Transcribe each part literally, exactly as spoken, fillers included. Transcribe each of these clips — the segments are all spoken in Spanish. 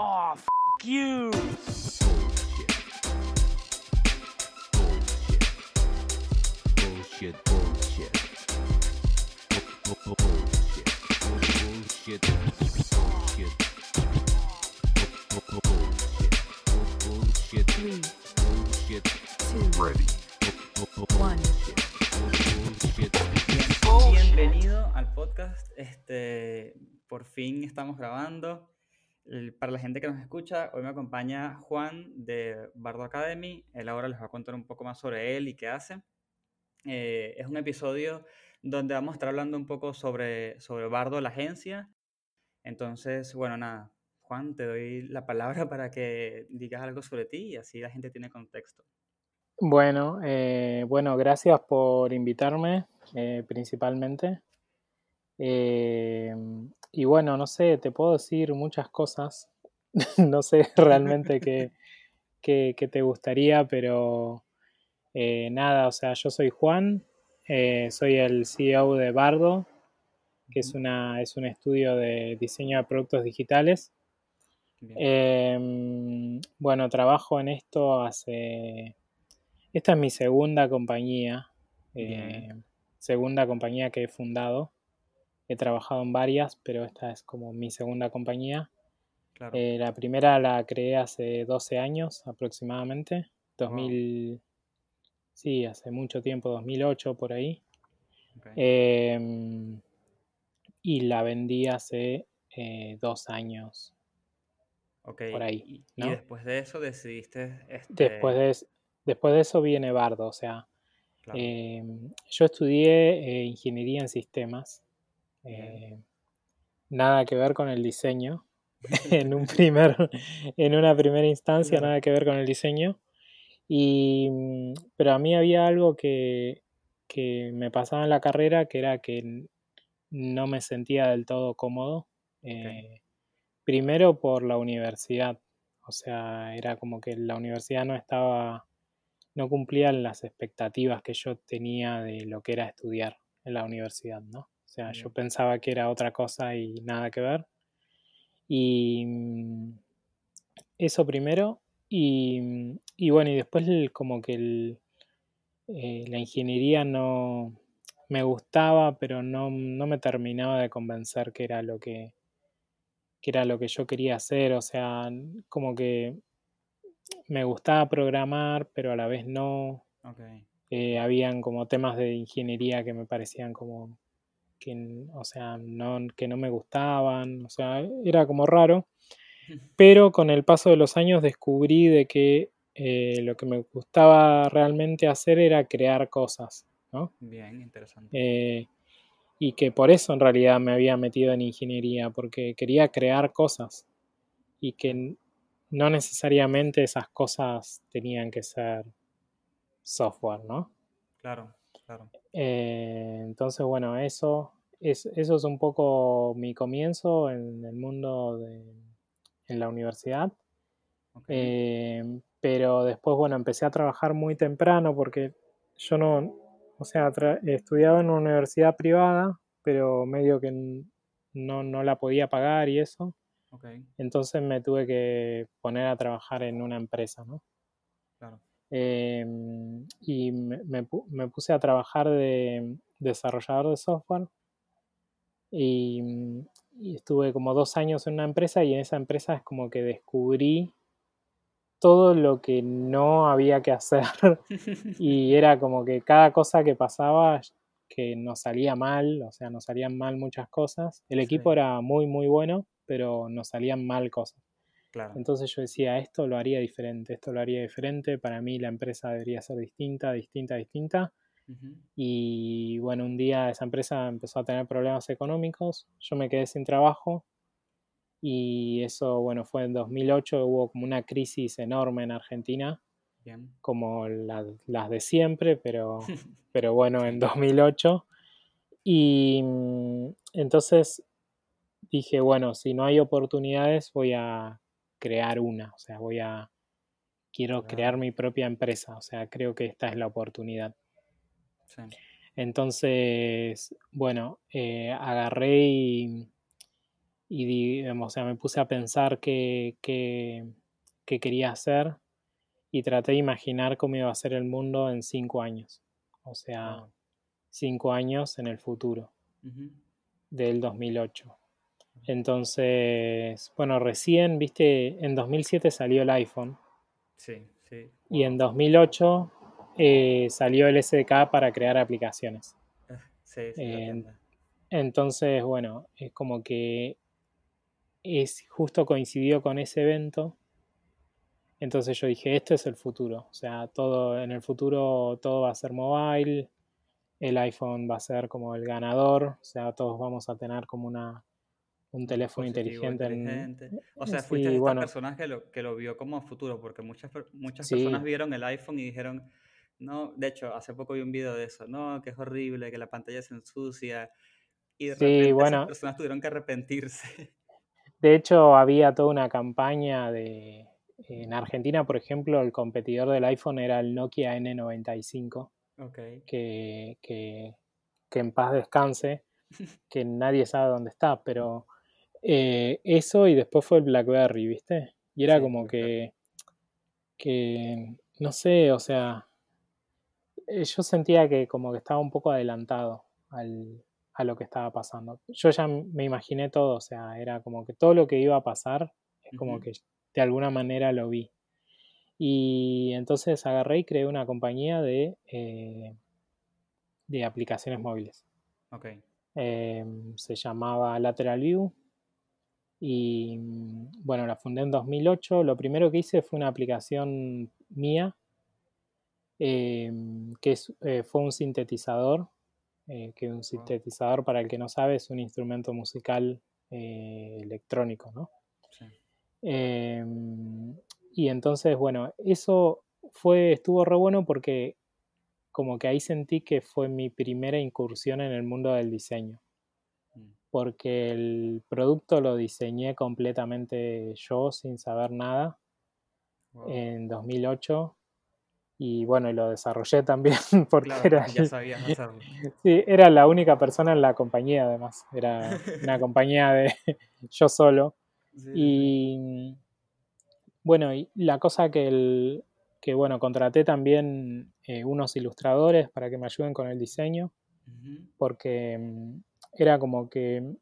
Oh, f*** you. Bullshit, bullshit. Bullshit, bullshit, bullshit. Bullshit, Three, bullshit. two, Ready. one. Bullshit. Bienvenido al podcast. Este, por fin estamos grabando. El- para la gente que nos escucha, hoy me acompaña Juan de Bardo Academy. Él ahora les va a contar un poco más sobre él y qué hace. Eh, es un episodio donde vamos a estar hablando un poco sobre, sobre Bardo, la agencia. Entonces, bueno, nada. Juan, te doy la palabra para que digas algo sobre ti y así la gente tiene contexto. Bueno, eh, bueno, gracias por invitarme, eh, principalmente. Eh, y bueno, no sé, te puedo decir muchas cosas. No sé realmente qué, qué- qué te gustaría, pero eh, nada, o sea, yo soy Juan, eh, soy el C E O de Bardo, que es una, es un estudio de diseño de productos digitales. Bien. Eh, bueno, trabajo en esto hace... Esta es mi segunda compañía, eh, Bien. segunda compañía que he fundado. He trabajado en varias, pero esta es como mi segunda compañía. Claro. Eh, la primera la creé hace doce años aproximadamente, dos mil, sí, hace mucho tiempo, dos mil ocho por ahí. Ok. Eh, y la vendí hace eh, dos años, Ok, por ahí, y, y ¿no? después de eso decidiste, Después este, de, es- después de eso viene Bardo, o sea, claro, eh, yo estudié eh, ingeniería en sistemas. bien, eh, Nada que ver con el diseño. En un primer, en una primera instancia, claro, nada que ver con el diseño. Y, mm, pero a mí había algo que, que me pasaba en la carrera, que era que n- no me sentía del todo cómodo. ok, Eh, primero por la universidad. O sea, era como que la universidad no estaba, no cumplía las expectativas que yo tenía de lo que era estudiar en la universidad, ¿no? O sea, yo bien, pensaba que era otra cosa y nada que ver. Y mm, eso primero. Y, mm, y bueno, y después el- como que el, eh, la ingeniería no me gustaba, pero no, no me terminaba de convencer que era lo que, que era lo que yo quería hacer. O sea, n- como que me gustaba programar, pero a la vez no. ok, Eh, habían como temas de ingeniería que me parecían como que, n- o sea, no, que no me gustaban. O sea, era como raro. Pero con el paso de los años descubrí de que eh, lo que me gustaba realmente hacer era crear cosas, ¿no? bien, interesante, Eh, y que por eso en realidad me había metido en ingeniería, porque quería crear cosas y que ok, n- no necesariamente esas cosas tenían que ser software, ¿no? claro, claro, Eh, entonces, bueno, eso es, eso es un poco mi comienzo en el mundo de, en la universidad. ok, Eh, pero después, bueno, empecé a trabajar muy temprano porque yo no, o sea, tra- estudiaba en una universidad privada, pero medio que n- no, no la podía pagar y eso. ok, Entonces me tuve que poner a trabajar en una empresa, ¿no? claro, Eh, y me, me pu- me puse a trabajar de desarrollador de software y, y estuve como dos años en una empresa y en esa empresa es como que descubrí todo lo que no había que hacer y era como que cada cosa que pasaba que nos salía mal, o sea, nos salían mal muchas cosas. El equipo sí, era muy, muy bueno, pero nos salían mal cosas. claro, Entonces yo decía, esto lo haría diferente, esto lo haría diferente, para mí la empresa debería ser distinta, distinta, distinta. ujú, Y bueno, un día esa empresa empezó a tener problemas económicos, yo me quedé sin trabajo y eso, bueno, fue en dos mil ocho, hubo como una crisis enorme en Argentina, bien, como la- las de siempre, pero, pero bueno, en sí, dos mil ocho. Y mm, entonces dije, bueno, si no hay oportunidades, voy a crear una, o sea, voy a, quiero crear claro, mi propia empresa, o sea, creo que esta es la oportunidad. sí, Entonces, bueno, eh, agarré y y di- em, o sea, me puse a pensar qué, qué, qué quería hacer y traté de imaginar cómo iba a ser el mundo en cinco años. O sea, Wow. cinco años en el futuro Ujú. del dos mil ocho. Entonces, bueno, recién, viste, en dos mil siete salió el iPhone Sí, sí, y en wow. dos mil ocho eh, salió el S D K para crear aplicaciones. Sí, sí, lo Eh, entiendo. entonces, bueno, es como que es justo coincidió con ese evento. Entonces yo dije, este es el futuro. O sea, todo en el futuro todo va a ser mobile, el iPhone va a ser como el ganador, o sea, todos vamos a tener como una, un Un teléfono dispositivo inteligente en... inteligente. O eh, sea, fuiste Sí, de estas bueno, personas que lo, que lo vio como futuro, porque muchas, per- muchas personas sí, vieron el iPhone y dijeron, no, de hecho, hace poco vi un video de eso, no, que es horrible, que la pantalla se ensucia, y de sí, repente esas bueno, personas tuvieron que arrepentirse. de hecho había toda una campaña de... En Argentina, por ejemplo, el competidor del iPhone era el Nokia N noventa y cinco, Ok. que, que, que en paz descanse, que nadie sabe dónde está, pero eh, eso y después fue el BlackBerry, ¿viste? Y era Sí, como BlackBerry. que, que no sé, o sea, eh, yo sentía que como que estaba un poco adelantado al, a lo que estaba pasando. Yo ya m- me imaginé todo, o sea, era como que todo lo que iba a pasar es como Ujú. que de alguna manera lo vi. Y entonces agarré y creé una compañía de, eh, de aplicaciones móviles. Ok. Eh, se llamaba Lateral View y mm, bueno, la fundé en dos mil ocho. Lo primero que hice fue una aplicación mía, eh, que es, eh, fue un sintetizador, eh, que un Wow. sintetizador, para el que no sabe, es un instrumento musical eh, electrónico, ¿no? Sí. Eh, y entonces, bueno, eso fue, estuvo re bueno porque como que ahí sentí que fue mi primera incursión en el mundo del diseño, Mm. porque el producto lo diseñé completamente yo sin saber nada Wow. en dos mil ocho y bueno, y lo desarrollé también porque Claro, era, porque ya el- sabías hacerlo. sí, era la única persona en la compañía además, era una compañía de yo solo. Sí, sí, sí. Y bueno, y la cosa que, el, que bueno, contraté también eh, unos ilustradores para que me ayuden con el diseño, Ujú. porque mm, era como que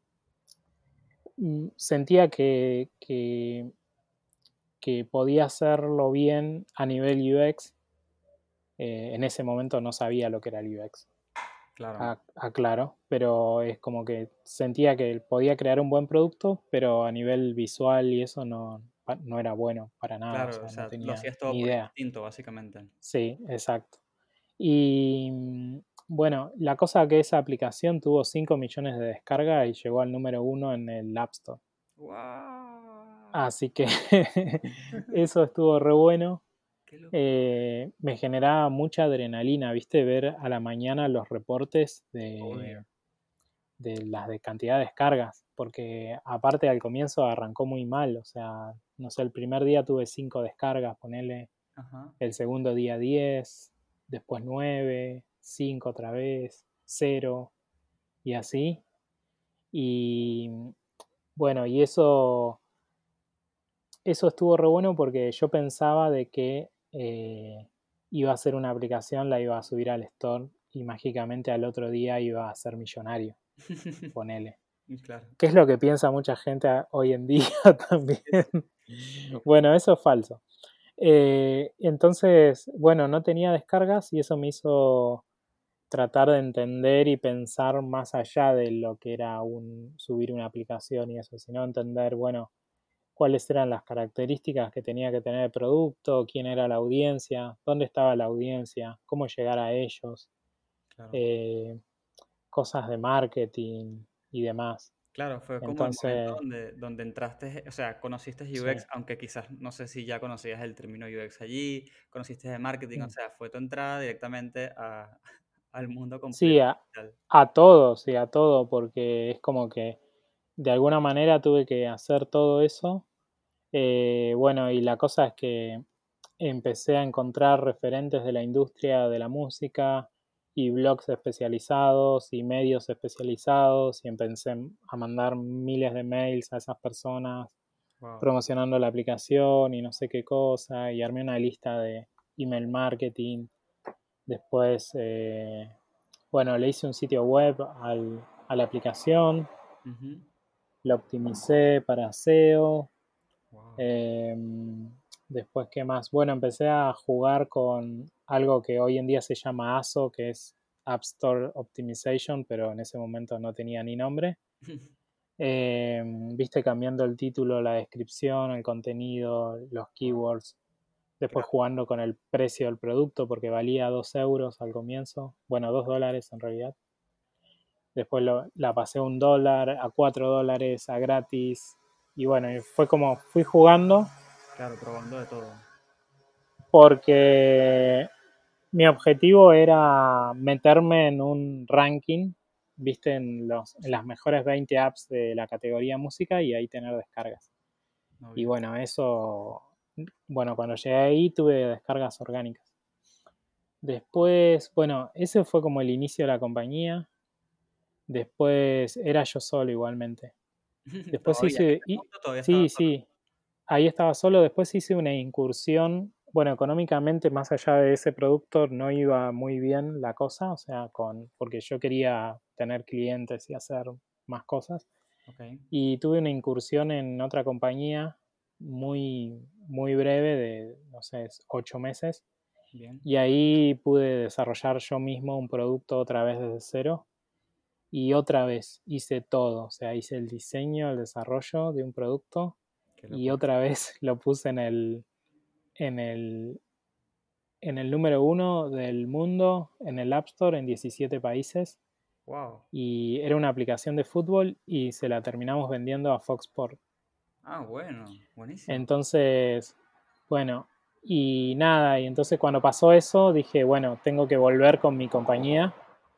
mm, sentía que, que, que podía hacerlo bien a nivel U X. Eh, en ese momento no sabía lo que era el U X, Claro. a- aclaro, pero es como que sentía que podía crear un buen producto, pero a nivel visual y eso no, pa- no era bueno para nada, o Claro, o sea, no sea, lo tenía hacías todo ni por idea. instinto, básicamente. Sí, exacto. Y mm, bueno, la cosa que esa aplicación tuvo cinco millones de descargas y llegó al número uno en el App Store. ¡Wow! Así que eso estuvo re bueno. ¡Qué locura! Eh, me generaba mucha adrenalina, ¿viste? Ver a la mañana los reportes de, Obvio. de las de cantidad de descargas, porque aparte al comienzo arrancó muy mal, o sea, no sé, el primer día tuve cinco descargas, ponele, Ajá. el segundo día diez, después nueve, cinco otra vez, cero y así. Y bueno, y eso, eso estuvo re bueno porque yo pensaba de que eh, iba a ser una aplicación, la iba a subir al store y mágicamente al otro día iba a ser millonario, ponele. Claro. ¿Qué es lo que piensa mucha gente hoy en día también? Sí, sí. Bueno, eso es falso. Eh, entonces, bueno, no tenía descargas y eso me hizo tratar de entender y pensar más allá de lo que era un, subir una aplicación y eso, sino entender, bueno, cuáles eran las características que tenía que tener el producto, quién era la audiencia, dónde estaba la audiencia, cómo llegar a ellos, Claro. eh, cosas de marketing y demás. Claro, fue como el momento Entonces, donde, donde entraste, o sea, conociste U X, sí. aunque quizás no sé si ya conocías el término U X allí, conociste de marketing, o Mm. sea, fue tu entrada directamente a, al mundo Sí, completo a, digital. a todo, sí, a todo, porque es como que de alguna manera tuve que hacer todo eso. Eh, bueno, y la cosa es que empecé a encontrar referentes de la industria de la música y blogs especializados y medios especializados y empecé a mandar miles de mails a esas personas Wow. promocionando la aplicación y no sé qué cosa, y armé una lista de email marketing. Después, eh, bueno, le hice un sitio web al, a la aplicación, Ujú. lo optimicé para S E O. Wow. Eh, después, ¿qué más? Bueno, empecé a jugar con algo que hoy en día se llama A S O, que es App Store Optimization, pero en ese momento no tenía ni nombre. Eh, Viste, cambiando el título, la descripción, el contenido, los keywords. Después Claro. jugando con el precio del producto porque valía dos euros al comienzo. Bueno, dos dólares en realidad. Después lo, la pasé a un dólar, a cuatro dólares, a gratis. Y bueno, y fue como fui jugando Claro, probando de todo. porque mi objetivo era meterme en un ranking, viste, en, los, en las mejores veinte apps de la categoría música y ahí tener descargas. No, Y bien. bueno, eso, bueno, cuando llegué ahí tuve descargas orgánicas. Después, bueno, ese fue como el inicio de la compañía. Después era yo solo igualmente. Después Todavía, en hice, este y, punto todavía estaba sí, solo. sí, ahí estaba solo. Después hice una incursión. Bueno, económicamente, más allá de ese producto, no iba muy bien la cosa, o sea, con, porque yo quería tener clientes y hacer más cosas. Ok, Y tuve una incursión en otra compañía muy, muy breve, de, no sé, ocho meses. bien. Y ahí pude desarrollar yo mismo un producto otra vez desde cero. Y otra vez hice todo, o sea, hice el diseño, el desarrollo de un producto Qué y locura. otra vez lo puse en el, en el, en el número uno del mundo, en el App Store en diecisiete países. Wow. Y era una aplicación de fútbol y se la terminamos vendiendo a Fox Sports. Ah, bueno, buenísimo. Entonces, bueno, y nada, y entonces cuando pasó eso dije, bueno, tengo que volver con mi compañía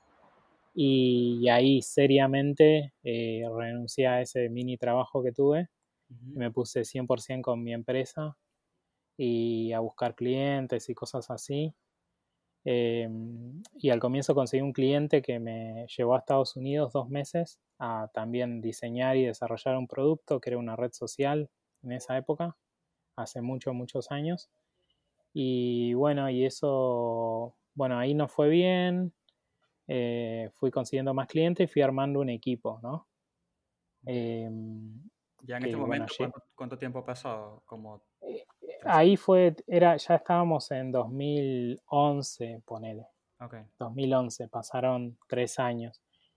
y ahí seriamente eh, renuncié a ese mini trabajo que tuve y Ujú. me puse cien por ciento con mi empresa y a buscar clientes y cosas así. Eh, y al comienzo conseguí un cliente que me llevó a Estados Unidos dos meses a también diseñar y desarrollar un producto que era una red social en esa época, hace muchos, muchos años. Y bueno, y eso, bueno, ahí no fue bien, eh, fui consiguiendo más clientes y fui armando un equipo, ¿no? Ok. Eh, Ya en este que bueno, momento, lle- ¿cuánto, cuánto tiempo ha pasado? Como tres ahí años. fue, era, ya estábamos en dos mil once, ponele, Ok, dos mil once, pasaron tres años.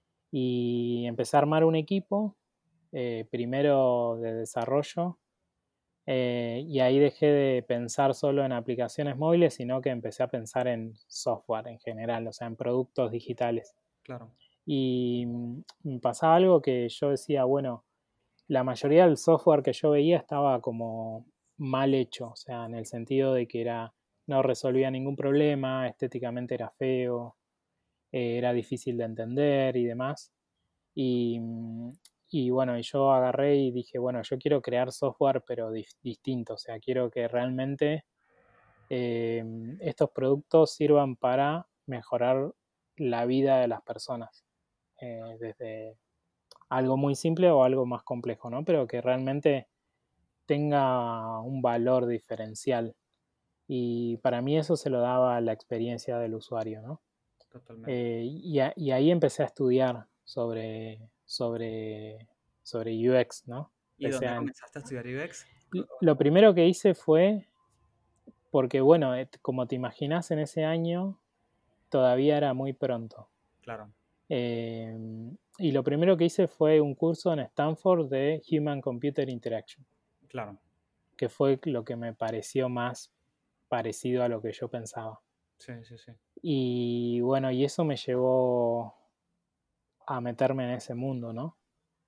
Y empecé a armar un equipo, eh, primero de desarrollo, eh, y ahí dejé de pensar solo en aplicaciones móviles, sino que empecé a pensar en software en general, o sea, en productos digitales. claro. Y mm, me pasaba algo que yo decía, bueno, la mayoría del software que yo veía estaba como mal hecho, o sea, en el sentido de que era, no resolvía ningún problema, estéticamente era feo, eh, era difícil de entender y demás. Y, mm, y bueno, y yo agarré y dije, bueno, yo quiero crear software pero dif- distinto, o sea, quiero que realmente eh, estos productos sirvan para mejorar la vida de las personas, eh, desde algo muy simple o algo más complejo, ¿no? Pero que realmente tenga un valor diferencial. Y para mí eso se lo daba la experiencia del usuario, ¿no? Totalmente. Eh, y, a- y ahí empecé a estudiar sobre, sobre, sobre U X, ¿no? ¿Y Empecé dónde a- comenzaste a estudiar U X? lo primero que hice fue, porque bueno, eh, como te imaginas, en ese año todavía era muy pronto. Claro, Eh, y lo primero que hice fue un curso en Stanford de Human Computer Interaction, claro. que fue lo que me pareció más parecido a lo que yo pensaba. Sí, sí, sí. Y bueno, y eso me llevó a meterme en ese mundo, ¿no?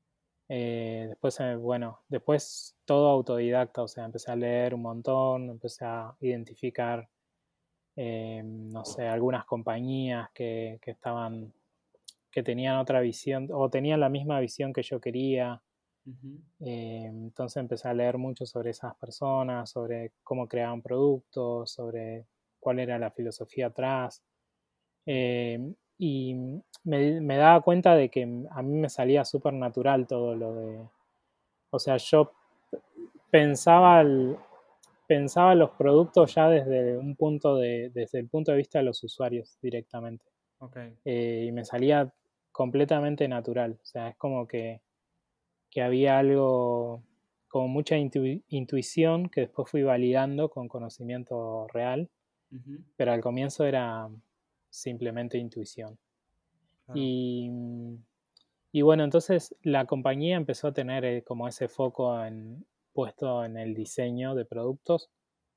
Eh, después, eh, bueno, después todo autodidacta, o sea, empecé a leer un montón, empecé a identificar, eh, no sé, algunas compañías que, que estaban, que tenían otra visión o tenían la misma visión que yo quería. Ujú. Eh, entonces empecé a leer mucho sobre esas personas, sobre cómo creaban productos, sobre cuál era la filosofía atrás. Eh, y me, me daba cuenta de que a mí me salía súper natural todo lo de... O sea, yo pensaba, el- pensaba los productos ya desde un punto de, desde el punto de vista de los usuarios directamente. Ok, Eh, y me salía completamente natural. O sea, es como que, que había algo, como mucha intu- intuición que después fui validando con conocimiento real, ujú, pero al comienzo era simplemente intuición. claro. Y, y bueno, entonces la compañía empezó a tener eh, como ese foco en, puesto en el diseño de productos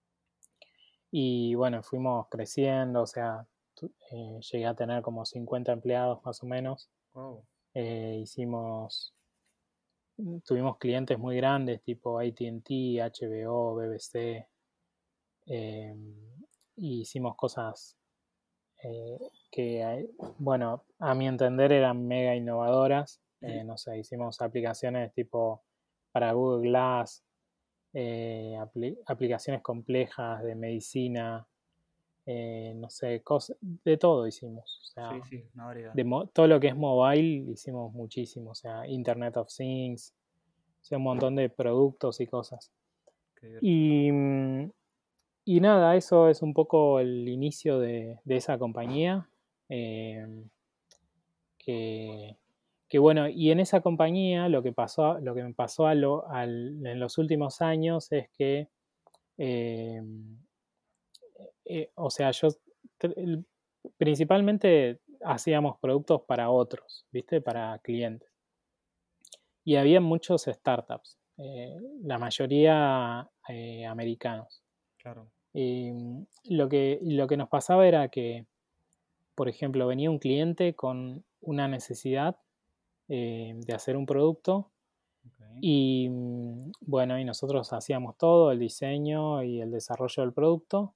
y bueno, fuimos creciendo, o sea, tu- eh, llegué a tener como cincuenta empleados más o menos. Wow, Eh, hicimos, tuvimos clientes muy grandes tipo A T and T, H B O, B B C, eh, y hicimos cosas eh, que, eh, bueno, a mi entender eran mega innovadoras. Eh, no sé, hicimos aplicaciones tipo para Google Glass, eh, apli- aplicaciones complejas de medicina, eh, no sé, cosas, de todo hicimos. O sea, sí, sí, una variedad. de mo- todo lo que es mobile hicimos muchísimo. O sea, Internet of Things, o sea, un montón de productos y cosas. Qué divertido. Y, mm, y nada, eso es un poco el inicio de, de esa compañía. eh, que, que bueno, y en esa compañía lo que pasó, lo que me pasó a lo, al, en los últimos años es que, eh, eh, o sea, yo tr- principalmente hacíamos productos para otros, ¿viste? Para clientes. Y había muchos startups, eh, la mayoría eh, americanos. Claro. Y lo que, lo que nos pasaba era que, por ejemplo, venía un cliente con una necesidad eh, de hacer un producto Ok, y mm, bueno, y nosotros hacíamos todo, el diseño y el desarrollo del producto.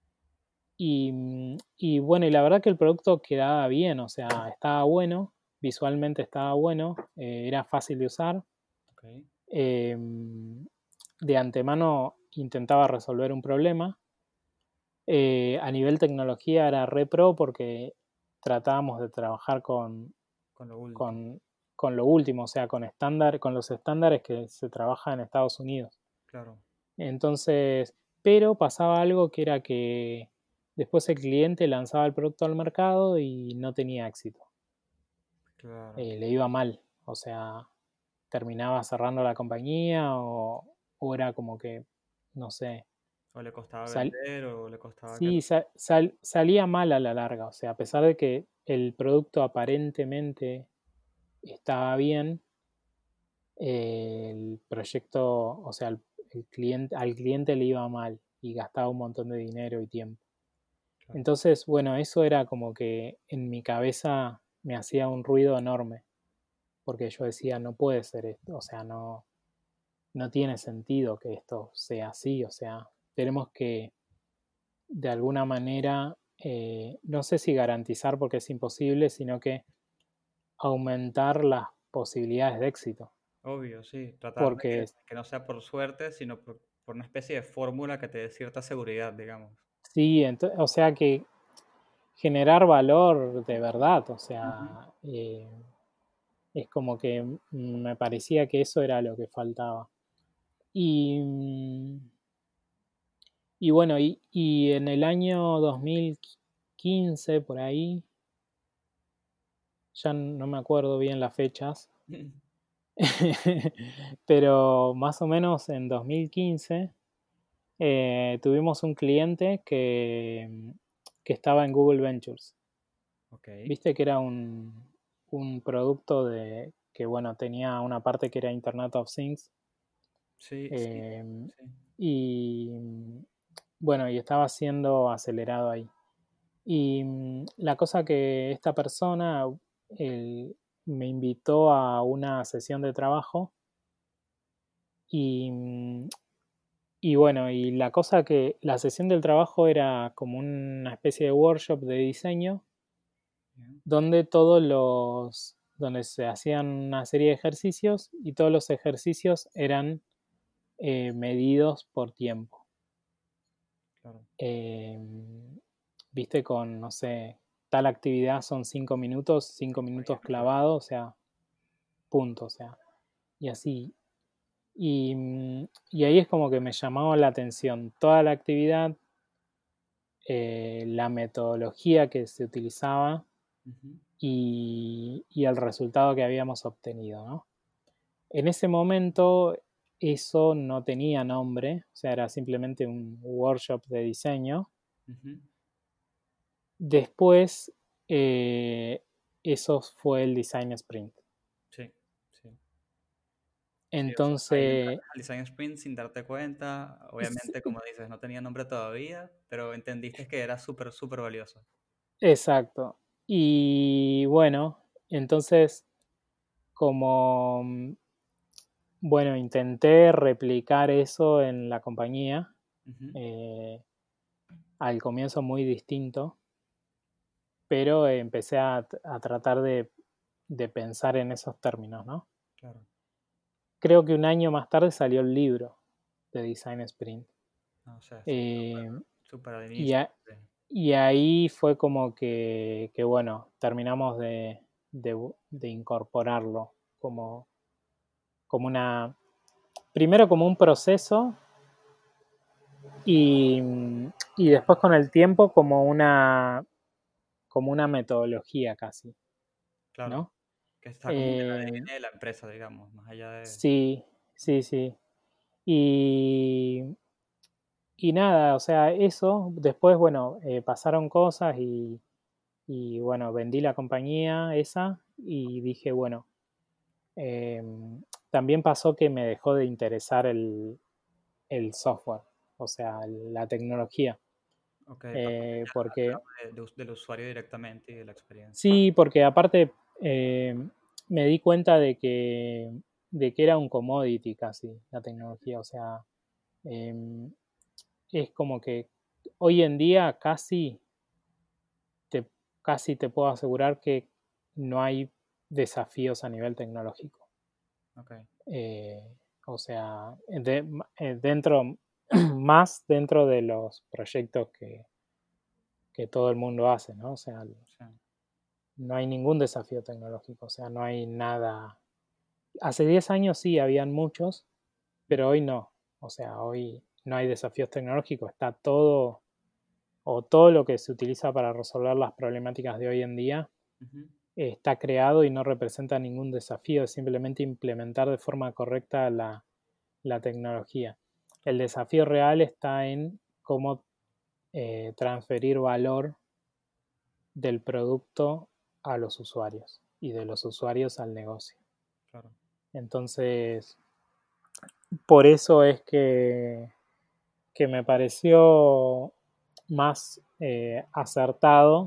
Y, mm, y bueno, y la verdad que el producto quedaba bien, o sea, estaba bueno, visualmente estaba bueno, eh, era fácil de usar. ok, eh, de antemano intentaba resolver un problema. Eh, a nivel tecnología era re pro porque tratábamos de trabajar con, con lo último. con, con lo último, o sea, con estándar, con los estándares que se trabaja en Estados Unidos. Claro, Entonces, pero pasaba algo que era que después el cliente lanzaba el producto al mercado y no tenía éxito. claro. Eh, le iba mal, o sea, terminaba cerrando la compañía o, o era como que, no sé, O le costaba sal, vender o le costaba que... sí, sa- sal- salía mal a la larga, o sea, a pesar de que el producto aparentemente estaba bien, eh, el proyecto, o sea, el, el cliente, al cliente le iba mal y gastaba un montón de dinero y tiempo. Claro. Entonces, bueno, eso era como que en mi cabeza me hacía un ruido enorme, porque yo decía, no puede ser esto, o sea, no, no tiene sentido que esto sea así, o sea, tenemos que de alguna manera, eh, no sé si garantizar porque es imposible, sino que aumentar las posibilidades de éxito, Obvio, sí. Tratar de porque que, que no sea por suerte, sino por, por una especie de fórmula que te dé cierta seguridad, digamos. sí, ento- o sea que generar valor de verdad, o Ujú. sea, eh, es como que me parecía que eso era lo que faltaba. Y, mm, y bueno, y, y en el año dos mil quince, por ahí, ya no me acuerdo bien las fechas, pero más o menos en dos mil quince eh, tuvimos un cliente que, que estaba en Google Ventures. Ok. Viste que era un, un producto de que, bueno, tenía una parte que era Internet of Things. Sí, sí, eh, sí. y bueno, y estaba siendo acelerado ahí. Y mm, la cosa que esta persona él, me invitó a una sesión de trabajo y, mm, y bueno, y la cosa que la sesión del trabajo era como una especie de workshop de diseño Bien. donde todos los, donde se hacían una serie de ejercicios y todos los ejercicios eran eh, medidos por tiempo. Claro. Eh, Viste con, no sé, tal actividad son cinco minutos, cinco minutos clavados, o sea, punto, o sea, y así. Y, mm, y ahí es como que me llamaba la atención toda la actividad, eh, la metodología que se utilizaba Ujú. y, y el resultado que habíamos obtenido, ¿no? En ese momento eso no tenía nombre, o sea, era simplemente un workshop de diseño. Ujú. Después, eh, eso fue el Design Sprint. Sí, sí. Sí, o sea, ahí Entonces, entraste al Design Sprint sin darte cuenta. Obviamente, como dices, no tenía nombre todavía, pero entendiste que era súper, súper valioso. exacto. Y bueno, entonces, como, mm, bueno, intenté replicar eso en la compañía, Ujú. eh, al comienzo muy distinto, pero eh, empecé a, a tratar de, de pensar en esos términos, ¿no? Claro. Creo que un año más tarde salió el libro de Design Sprint. No, o sea, sí, Eh, súper al y, inicio. a- Sí. y ahí fue como que, que bueno, terminamos de, de bu- de incorporarlo como, como una, primero como un proceso y, y después con el tiempo como una, como una metodología casi, Claro. ¿no? Que está como en el Eh, A D N de la empresa, digamos, más allá de... sí, sí, sí. Y, y nada, o sea, eso, después, bueno, eh, pasaron cosas y, y, bueno, vendí la compañía esa y dije, bueno, eh, también pasó que me dejó de interesar el, el software, o sea, la tecnología, Ok, pasaste eh, ya al porque ramo de- de us- del usuario directamente y de la experiencia. sí, porque aparte eh, me di cuenta de que, de que era un commodity casi la tecnología, o sea, eh, es como que hoy en día casi te, casi te puedo asegurar que no hay desafíos a nivel tecnológico. Ok, Eh, o sea, de- eh, dentro, más dentro de los proyectos que, que todo el mundo hace, ¿no? O sea, sí. no hay ningún desafío tecnológico, o sea, no hay nada. Hace diez años sí habían muchos, pero hoy no. O sea, hoy no hay desafíos tecnológicos, está todo, o todo lo que se utiliza para resolver las problemáticas de hoy en día Ujú. eh, está creado y no representa ningún desafío, es simplemente implementar de forma correcta la, la tecnología. El desafío real está en cómo eh, transferir valor del producto a los usuarios y de los usuarios al negocio. Claro. Entonces, por eso es que, que me pareció más eh, acertado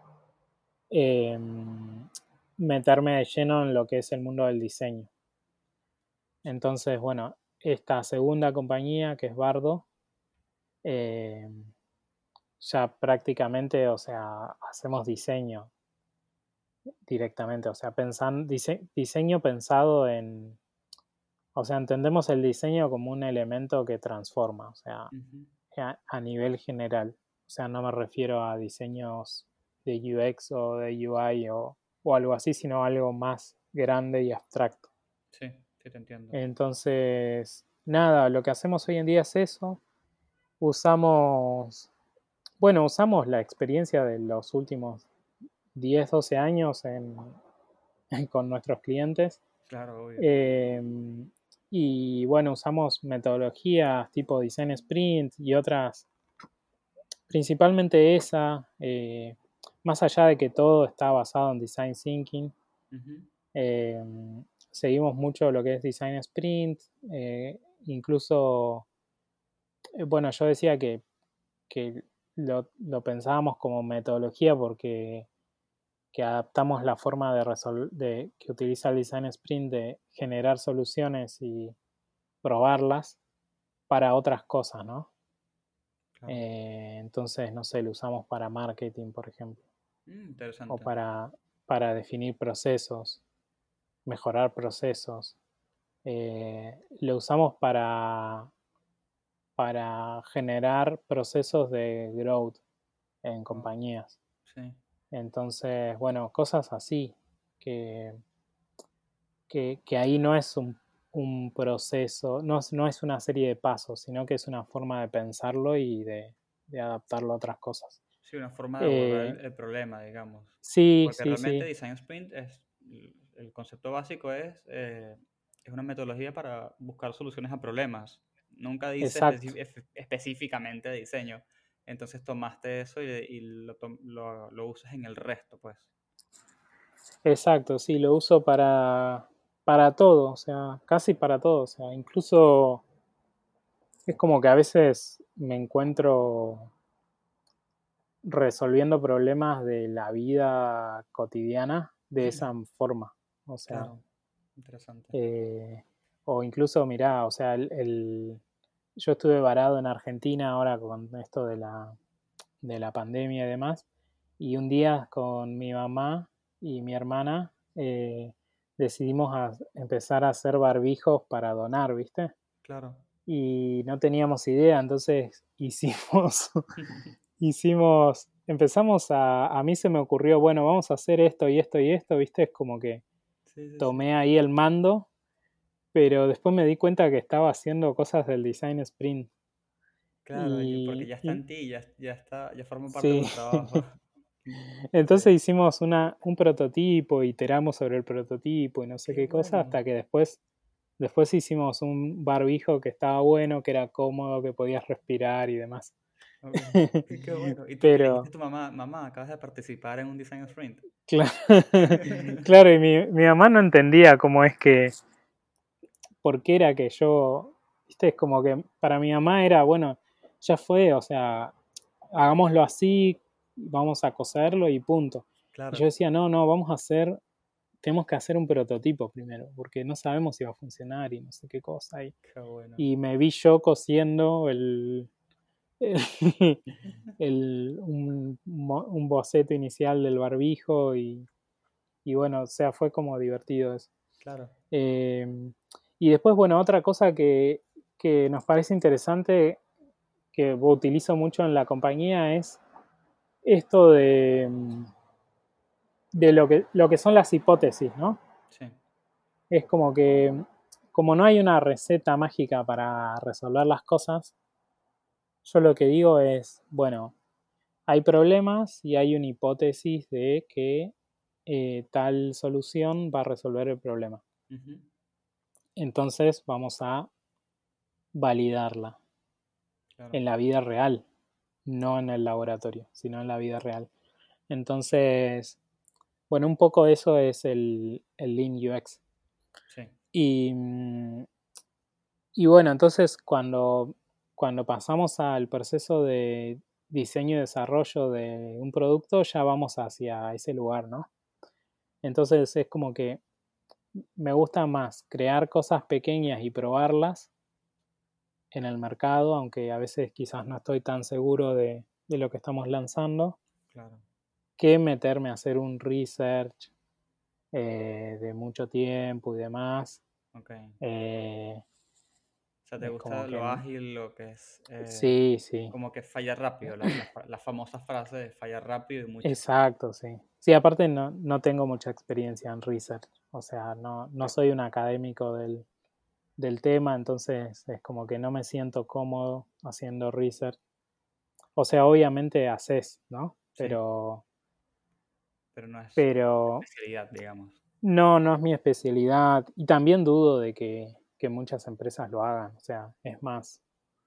eh, meterme de lleno en lo que es el mundo del diseño. Entonces, bueno, esta segunda compañía, que es Bardo, eh, ya prácticamente, o sea, hacemos diseño directamente, o sea, pensan, dise, diseño pensado en, o sea, entendemos el diseño como un elemento que transforma, o sea, Ujú. a, a nivel general. O sea, no me refiero a diseños de U X o de U I o, o algo así, sino algo más grande y abstracto. Sí, sí te entiendo. Entonces, nada, lo que hacemos hoy en día es eso. Usamos, bueno, usamos la experiencia de los últimos diez, doce años en, con nuestros clientes. Claro, obvio. Eh, y bueno, usamos metodologías tipo Design Sprint y otras, principalmente esa, eh, más allá de que todo está basado en Design Thinking, Ujú. eh, seguimos mucho lo que es Design Sprint, eh, incluso, eh, bueno, yo decía que, que lo, lo pensábamos como metodología porque que adaptamos la forma de, resol de que utiliza el Design Sprint de generar soluciones y probarlas para otras cosas, ¿no? Claro. Eh, entonces, no sé, lo usamos para marketing, por ejemplo, Mm, o interesante. para, para definir procesos, mejorar procesos. Eh, lo usamos para, para generar procesos de growth en Wow. compañías. Sí. Entonces, bueno, cosas así, que, que, que ahí no es un, un proceso, no, es- no es una serie de pasos, sino que es una forma de pensarlo y de, de adaptarlo a otras cosas. Sí, una forma de abordar Eh, el, el problema, digamos. sí, Porque sí, realmente sí, Design Sprint es, el concepto básico es, eh, es una metodología para buscar soluciones a problemas. Nunca dice exacto, especi- efe- específicamente diseño. Entonces tomaste eso y, y lo, tom- lo, lo usas en el resto, pues. exacto, sí, lo uso para, para todo, o sea, casi para todo, o sea, incluso es como que a veces me encuentro resolviendo problemas de la vida cotidiana de esa forma. O sea, Claro, interesante. eh, o incluso, mirá, o sea, el, el- yo estuve varado en Argentina ahora con esto de la, de la pandemia y demás, y un día con mi mamá y mi hermana eh, decidimos a- empezar a hacer barbijos para donar, ¿viste? Claro. Y no teníamos idea, entonces hicimos hicimos, empezamos a, a mí se me ocurrió, bueno, vamos a hacer esto y esto y esto, ¿viste? Es como que Sí, sí, sí. tomé ahí el mando, pero después me di cuenta que estaba haciendo cosas del design sprint. Claro, y porque Y, ya está y en ti, ya, ya está, ya forma parte de sí, tu trabajo. entonces Sí. hicimos una, un prototipo, iteramos sobre el prototipo y no sé Qué qué cosa, bueno. hasta que después, después hicimos un barbijo que estaba bueno, que era cómodo, que podías respirar y demás. Ok. Qué, qué bueno. Y tú le dijiste a Pero, tu mamá, mamá, acabas de participar en un design sprint. claro, claro, y mi, mi mamá no entendía cómo es que, por qué era que yo, viste, es como que para mi mamá era, bueno, ya fue, o sea, hagámoslo así, vamos a coserlo y punto. Y yo Claro. decía, no, no, vamos a hacer, tenemos que hacer un prototipo primero, porque no sabemos si va a funcionar y no sé qué cosa. Y, Qué bueno. y me vi yo cosiendo el, el, el- un, un boceto inicial del barbijo y, y bueno, o sea, fue como divertido eso. Claro. Eh, y después, bueno, otra cosa que, que nos parece interesante, que utilizo mucho en la compañía, es esto de, de lo, que, lo que son las hipótesis, ¿no? Sí. Es como que, como no hay una receta mágica para resolver las cosas, yo lo que digo es, bueno, hay problemas y hay una hipótesis de que eh, tal solución va a resolver el problema. Ujú. Entonces vamos a validarla Claro. en la vida real, no en el laboratorio, sino en la vida real. Entonces, bueno, un poco eso es el, el Lean U X. Sí. Y, mm, y bueno, entonces cuando, cuando pasamos al proceso de diseño y desarrollo de un producto, ya vamos hacia ese lugar, ¿no? Entonces es como que me gusta más crear cosas pequeñas y probarlas en el mercado, aunque a veces quizás no estoy tan seguro de, de lo que estamos lanzando, Claro. que meterme a hacer un research eh, de mucho tiempo y demás. Ok. Eh, O sea, ¿te es como gusta que lo ágil, lo que es eh, sí, sí, como que falla rápido? La, la, fa- la famosa frase de falla rápido y mucho. exacto, sí. Sí, aparte no, no tengo mucha experiencia en research, o sea, no, no Ok. soy un académico del, del tema, entonces es como que no me siento cómodo haciendo research. O sea, obviamente haces, ¿no? Sí, Pero, pero no es tu pero especialidad, digamos. no, no es mi especialidad y también dudo de que, que muchas empresas lo hagan. O sea, es más,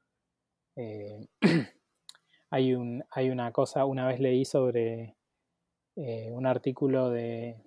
eh, hay, un, hay una cosa, una vez leí sobre eh, un artículo de,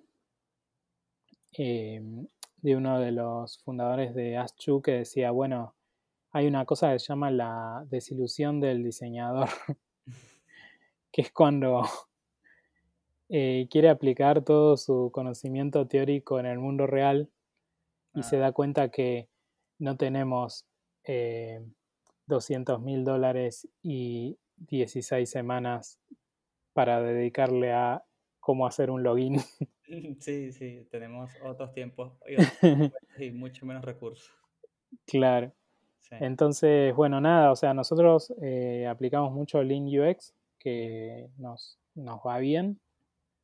eh, de uno de los fundadores de AskChu que decía, bueno, hay una cosa que se llama la desilusión del diseñador, que es cuando eh, quiere aplicar todo su conocimiento teórico en el mundo real y se Ah, da cuenta que no tenemos eh, doscientos mil dólares y dieciséis semanas para dedicarle a cómo hacer un login. sí, sí, tenemos otros tiempos y otros presupuestos y mucho menos recursos. Claro. Sí, Entonces, bueno, nada, o sea, nosotros eh, aplicamos mucho Lean U X, que nos, nos va bien.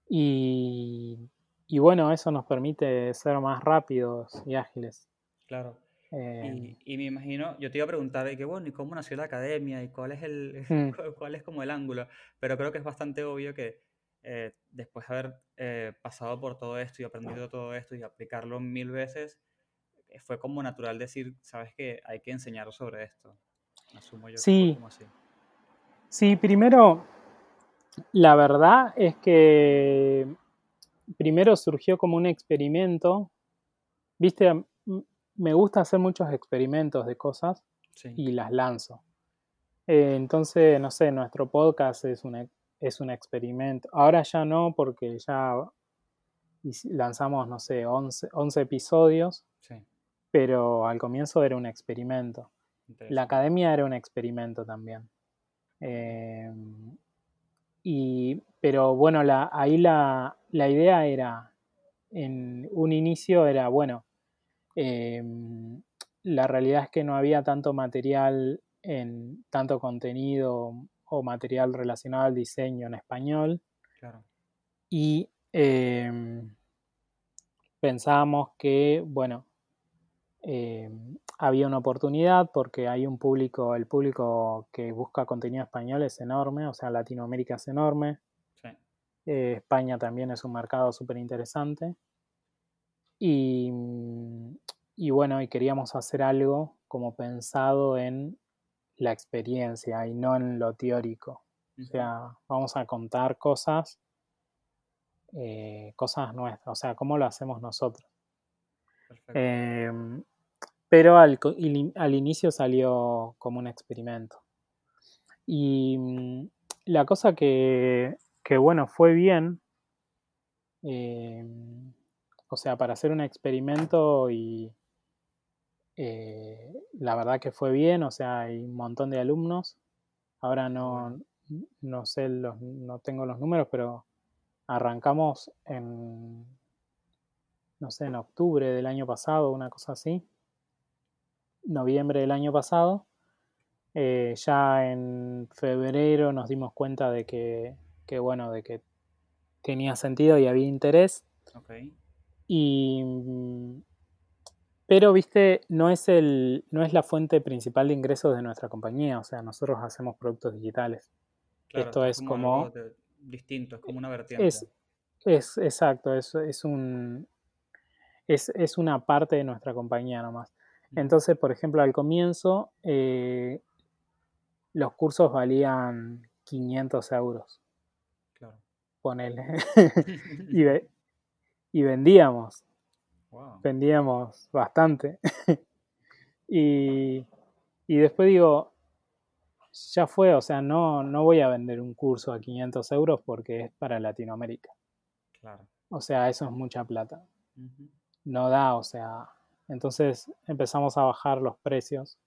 Y, y bueno, eso nos permite ser más rápidos y ágiles. Claro. Eh, Y, y me imagino, yo te iba a preguntar, y que bueno, ¿y cómo nació la academia? ¿Y cuál es el, mm, cu- cuál es como el ángulo? Pero creo que es bastante obvio que eh, después de haber eh, pasado por todo esto y aprendido todo esto y aplicarlo mil veces, eh, fue como natural decir, ¿sabes qué? Hay que enseñar sobre esto. Asumo yo que fue sí, como así. sí, primero, la verdad es que primero surgió como un experimento. Viste, M- me gusta hacer muchos experimentos de cosas Sí, y las lanzo. Eh, entonces, no sé, nuestro podcast es un, e- es un experimento. Ahora ya no, porque ya hici- lanzamos, no sé, once once episodios, sí, pero al comienzo era un experimento. La interesante. academia era un experimento también. Mm, Eh, y, pero bueno, la, ahí la, la idea era, en un inicio era, bueno, eh, la realidad es que no había tanto material, en tanto contenido o material relacionado al diseño en español claro, y eh, pensábamos que, bueno, eh, había una oportunidad porque hay un público, el público que busca contenido español es enorme, o sea, Latinoamérica es enorme, sí, eh, España también es un mercado súper interesante y, y bueno, y queríamos hacer algo como pensado en la experiencia y no en lo teórico. O ujú, sea, vamos a contar cosas, eh, cosas nuestras, o sea, cómo lo hacemos nosotros. perfecto. Eh, pero al, al, inicio salió como un experimento. Y mm, la cosa que, que, bueno, fue bien, eh, o sea, para hacer un experimento y eh, la verdad que fue bien, o sea, hay un montón de alumnos. Ahora Qué bueno. no, no sé, los, no tengo los números, pero arrancamos en, no sé, en octubre del año pasado, una cosa así, noviembre del año pasado. Eh, ya en febrero nos dimos cuenta de que, que, bueno, de que tenía sentido y había interés. Ok, Y, pero, viste, no es, el, no es la fuente principal de ingresos de nuestra compañía. O sea, nosotros hacemos productos digitales. claro, Esto esto es es como algo como, de- distinto, es como una vertiente. es, es exacto, es, es un, es, es una parte de nuestra compañía nomás. Ujú, Entonces, por ejemplo, al comienzo eh, los cursos valían quinientos euros, claro. ponele. y, ve- y vendíamos, Wow. vendíamos bastante. y, y después digo, ya fue, o sea, no, no voy a vender un curso a quinientos euros porque es para Latinoamérica. Claro. O sea, eso es mucha plata. Ujú. No da, o sea. Entonces empezamos a bajar los precios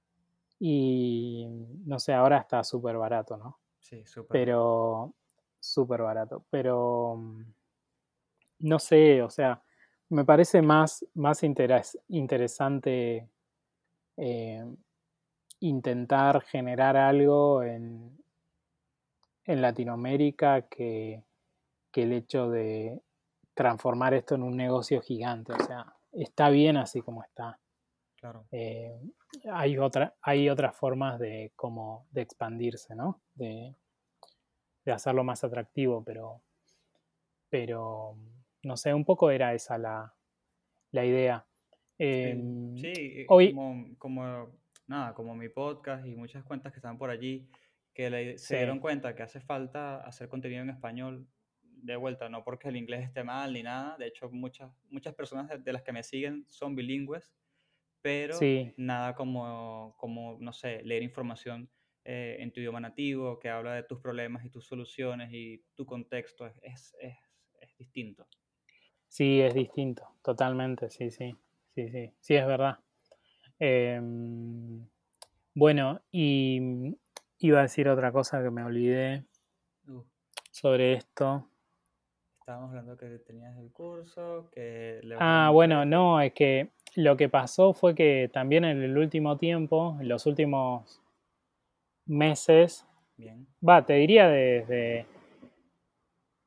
y no sé, ahora está súper barato, ¿no? Sí, súper. Pero súper barato. Pero no sé, o sea, me parece más, más interes- interesante eh, intentar generar algo en, en Latinoamérica que, que el hecho de transformar esto en un negocio gigante. O sea, está bien así como está. Claro. Eh, hay, otra, hay otras formas de, como, de expandirse, ¿no? De, de hacerlo más atractivo, pero, pero no sé, un poco era esa la, la idea. Eh, Sí, sí, eh, hoy, como, como, nada, como mi podcast y muchas cuentas que están por allí, que le- se dieron sí, cuenta que hace falta hacer contenido en español de vuelta, no porque el inglés esté mal ni nada, de hecho muchas, muchas personas de, de las que me siguen son bilingües, pero sí, nada como, como no sé, leer información eh, en tu idioma nativo, que habla de tus problemas y tus soluciones y tu contexto, es, es, es, es distinto. sí, es distinto, totalmente, sí, sí, sí, sí, sí, es verdad. Eh, bueno, y iba a decir otra cosa que me olvidé Uh, sobre esto. Estábamos hablando que tenías el curso, que le bajaron Ah, el bueno, precio. no, es que lo que pasó fue que también en el último tiempo, en los últimos meses, Bien, va, te diría desde,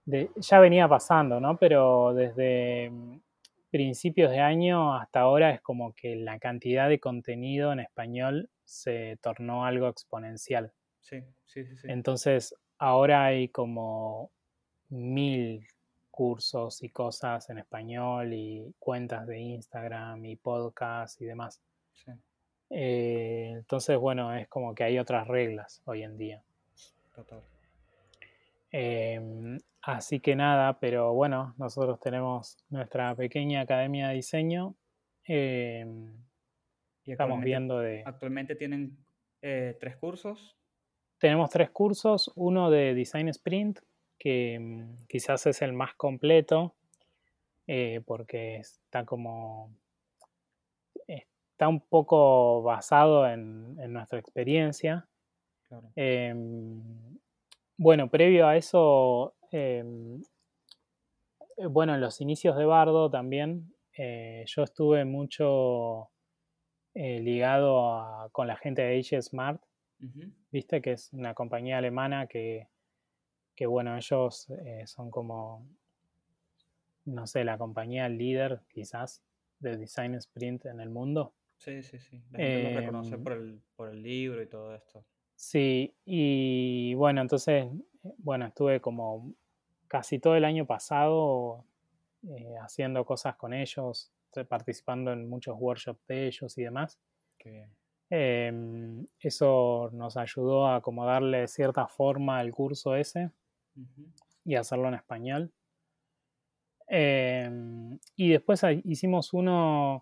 de- ya venía pasando, ¿no? Pero desde mm, principios de año hasta ahora es como que la cantidad de contenido en español se tornó algo exponencial. Sí, sí, sí, sí. Entonces, ahora hay como mil cursos y cosas en español y cuentas de Instagram y podcasts y demás. Sí, Eh, entonces, bueno, es como que hay otras reglas hoy en día. total. Eh, así que nada, pero bueno, nosotros tenemos nuestra pequeña academia de diseño. Eh, Y estamos actualmente, viendo de... actualmente tienen eh, tres cursos. Tenemos tres cursos, uno de Design Sprint, que mm, quizás es el más completo, eh, porque está como... está un poco basado en, en nuestra experiencia. Claro. Eh, bueno, previo a eso, eh, bueno, en los inicios de Bardo también, eh, yo estuve mucho eh, ligado a- con la gente de H Smart, Ujú. viste, que es una compañía alemana que, que bueno, ellos eh, son como, no sé, la compañía líder quizás de Design Sprint en el mundo. Sí, sí, sí. La gente los Eh, reconoce por el, por el libro y todo esto. sí, y bueno, entonces, bueno, estuve como casi todo el año pasado eh, haciendo cosas con ellos, participando en muchos workshops de ellos y demás. Qué bien. Eh, eso nos ayudó a como darle cierta forma al curso ese Ujú. y hacerlo en español. Eh, y después hicimos uno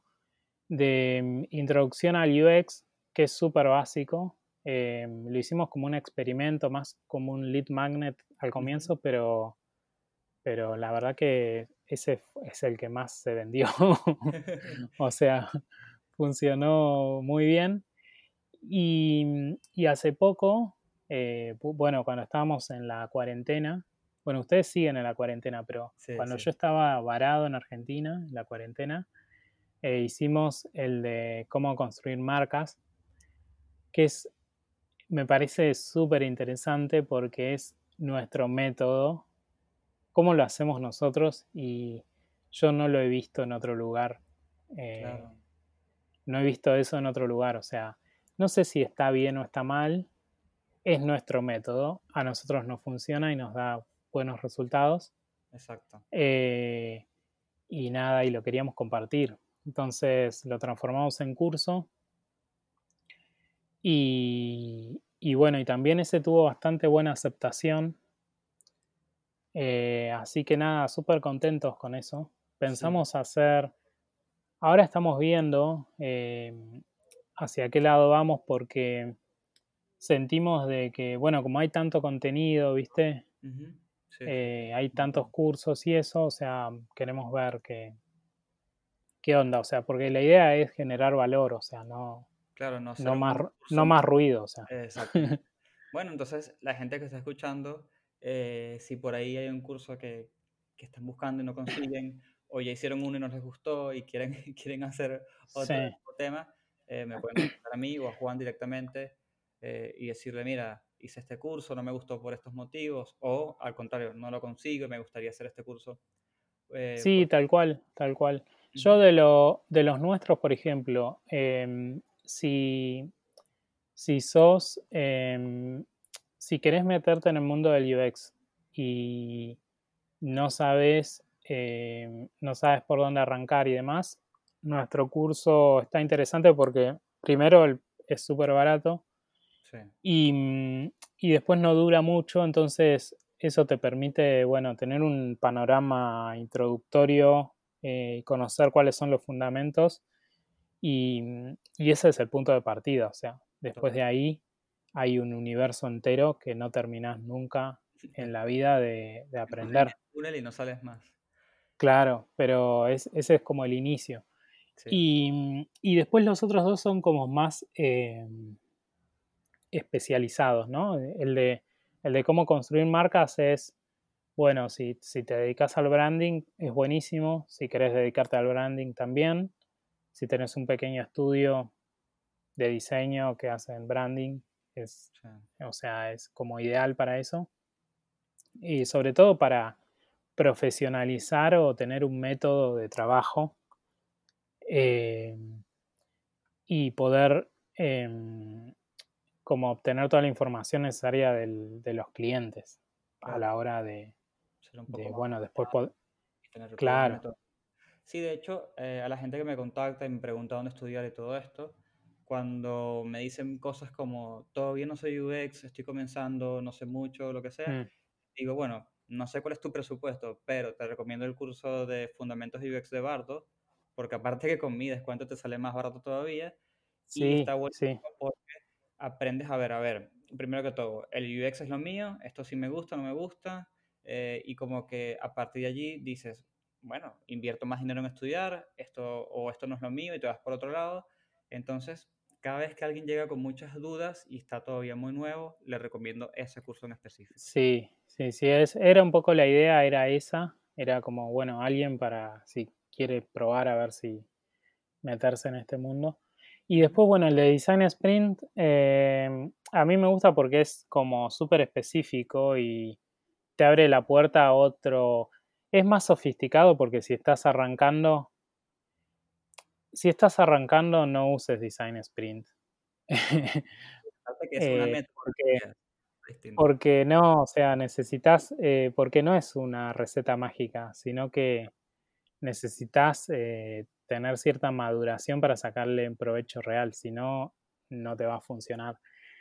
de introducción al U X, que es súper básico. Eh, lo hicimos como un experimento, más como un lead magnet al Ujú. comienzo, pero, pero la verdad que ese es el que más se vendió. O sea, funcionó muy bien. Y, y hace poco, eh, bueno, cuando estábamos en la cuarentena, bueno, ustedes siguen en la cuarentena, pero Sí, cuando sí. yo estaba varado en Argentina, en la cuarentena, eh, hicimos el de cómo construir marcas, que es, me parece súper interesante porque es nuestro método, cómo lo hacemos nosotros y yo no lo he visto en otro lugar. eh, Claro. no he visto eso en otro lugar, o sea, no sé si está bien o está mal, es nuestro método, a nosotros nos funciona y nos da buenos resultados. Exacto. Eh, y nada, y lo queríamos compartir. Entonces lo transformamos en curso y, y bueno, y también ese tuvo bastante buena aceptación. Eh, así que nada, súper contentos con eso. Sí. Pensamos hacer, ahora estamos viendo eh, hacia qué lado vamos porque sentimos de que, bueno, como hay tanto contenido, ¿viste? Ujú. Sí, sí, sí. Eh, hay Un tantos montón. cursos y eso, o sea, queremos ver qué, qué onda, o sea, porque la idea es generar valor, o sea, no, Claro, no no hacer más, un curso no más. más ruido, o sea. Exactamente. Bueno, entonces la gente que está escuchando, eh, si por ahí hay un curso que, que están buscando y no consiguen, o ya hicieron uno y no les gustó y quieren, quieren hacer Sí, otro tema, eh, me pueden contactar a mí o a Juan directamente eh, y decirle, mira, hice este curso, no me gustó por estos motivos, o al contrario, no lo consigo y me gustaría hacer este curso. Eh, sí, pues, tal cual, tal cual. Yo ujú, de, lo, de los nuestros, por ejemplo, em, si, si sos, em, si querés meterte en el mundo del U X y no sabes, em, no sabes por dónde arrancar y demás, nuestro curso está interesante porque primero el- es súper barato sí, y, mm, y después no dura mucho, entonces eso te permite, bueno, tener un panorama introductorio, eh, conocer cuáles son los fundamentos y, mm, y ese es el punto de partida, o sea, después de total. ahí hay un universo entero que no terminás nunca en la vida de, de Entras en aprender. el túnel y no sales más. Claro, pero es, ese es como el inicio. Sí, Y, mm, y después los otros dos son como más eh, especializados, ¿no? El de, el de cómo construir marcas es, bueno, si, si te dedicas al branding es buenísimo, si querés dedicarte al branding también, si tenés un pequeño estudio de diseño que hacen branding, es, sí, o sea, es como ideal para eso. Y sobre todo para, profesionalizar o tener un método de trabajo eh, y poder em, como obtener toda la información necesaria del- de los clientes a Claro, la hora de, ser un poco de, más bueno, después poder, y tener como un claro, método. Sí, de hecho, eh, a la gente que me contacta y me pregunta dónde estudiar y todo esto, cuando me dicen cosas como, todavía no soy U X, estoy comenzando, no sé mucho, lo que sea, mm, digo, bueno, no sé cuál es tu presupuesto, pero te recomiendo el curso de Fundamentos de U X de Bardo, porque aparte que con mi descuento te sale más barato todavía, y sí, está bueno sí, porque aprendes a ver, a ver, primero que todo, el U X es lo mío, esto sí me gusta, no me gusta, eh, y como que a partir de allí dices, bueno, invierto más dinero en estudiar, esto o esto no es lo mío y te vas por otro lado. Entonces, cada vez que alguien llega con muchas dudas y está todavía muy nuevo, le recomiendo ese curso en específico. sí, sí, sí, es, era un poco la idea, era esa, era como, bueno, alguien para, si quiere probar a ver si meterse en este mundo. Y Ujú. después, bueno, el de Design Sprint, eh, a mí me gusta porque es como súper específico y te abre la puerta a otro, es más sofisticado porque si estás arrancando, si estás arrancando no uses Design Sprint. No, aparte que es una Eh, porque metodología distinta. Porque no, o sea, necesitas, eh, porque no es una receta mágica, sino que necesitas eh, tener cierta maduración para sacarle un provecho real, si no, no te va a funcionar.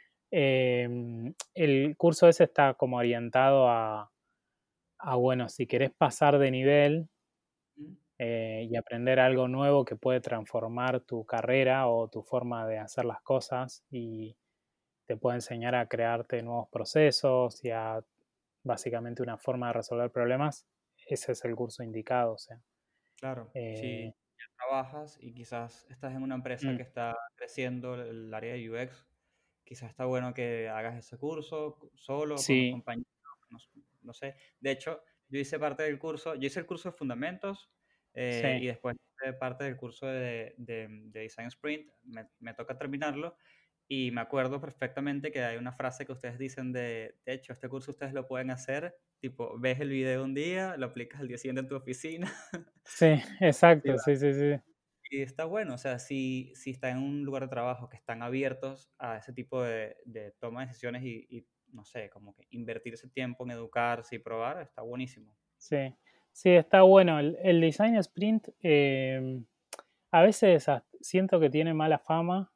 Em, el curso ese está como orientado a, a, bueno, si querés pasar de nivel Ujú. eh, y aprender algo nuevo que puede transformar tu carrera o tu forma de hacer las cosas y te puede enseñar a crearte nuevos procesos y a básicamente una forma de resolver problemas, ese es el curso indicado. O sea, Claro, si eh, ya trabajas y quizás estás en una empresa mm, que está creciendo el área de U X, quizás está bueno que hagas ese curso solo, con un sí, compañero, no, s- no sé. De hecho, yo hice parte del curso, yo hice el curso de Fundamentos eh, y sí, después hice parte del curso de, de- de Design Sprint, me, me toca terminarlo y me acuerdo perfectamente que hay una frase que ustedes dicen de, de hecho, este curso ustedes lo pueden hacer, tipo, ves el video un día, lo aplicas al día siguiente en tu oficina. sí, Sí, exacto, sí, sí, sí, y está bueno, o sea, si, si está en un lugar de trabajo que están abiertos a ese tipo de, de toma de decisiones y, y, no sé, como que invertir ese tiempo en educarse y probar, está buenísimo. sí, sí, está bueno. El, el design sprint eh, a veces a- siento que tiene mala fama,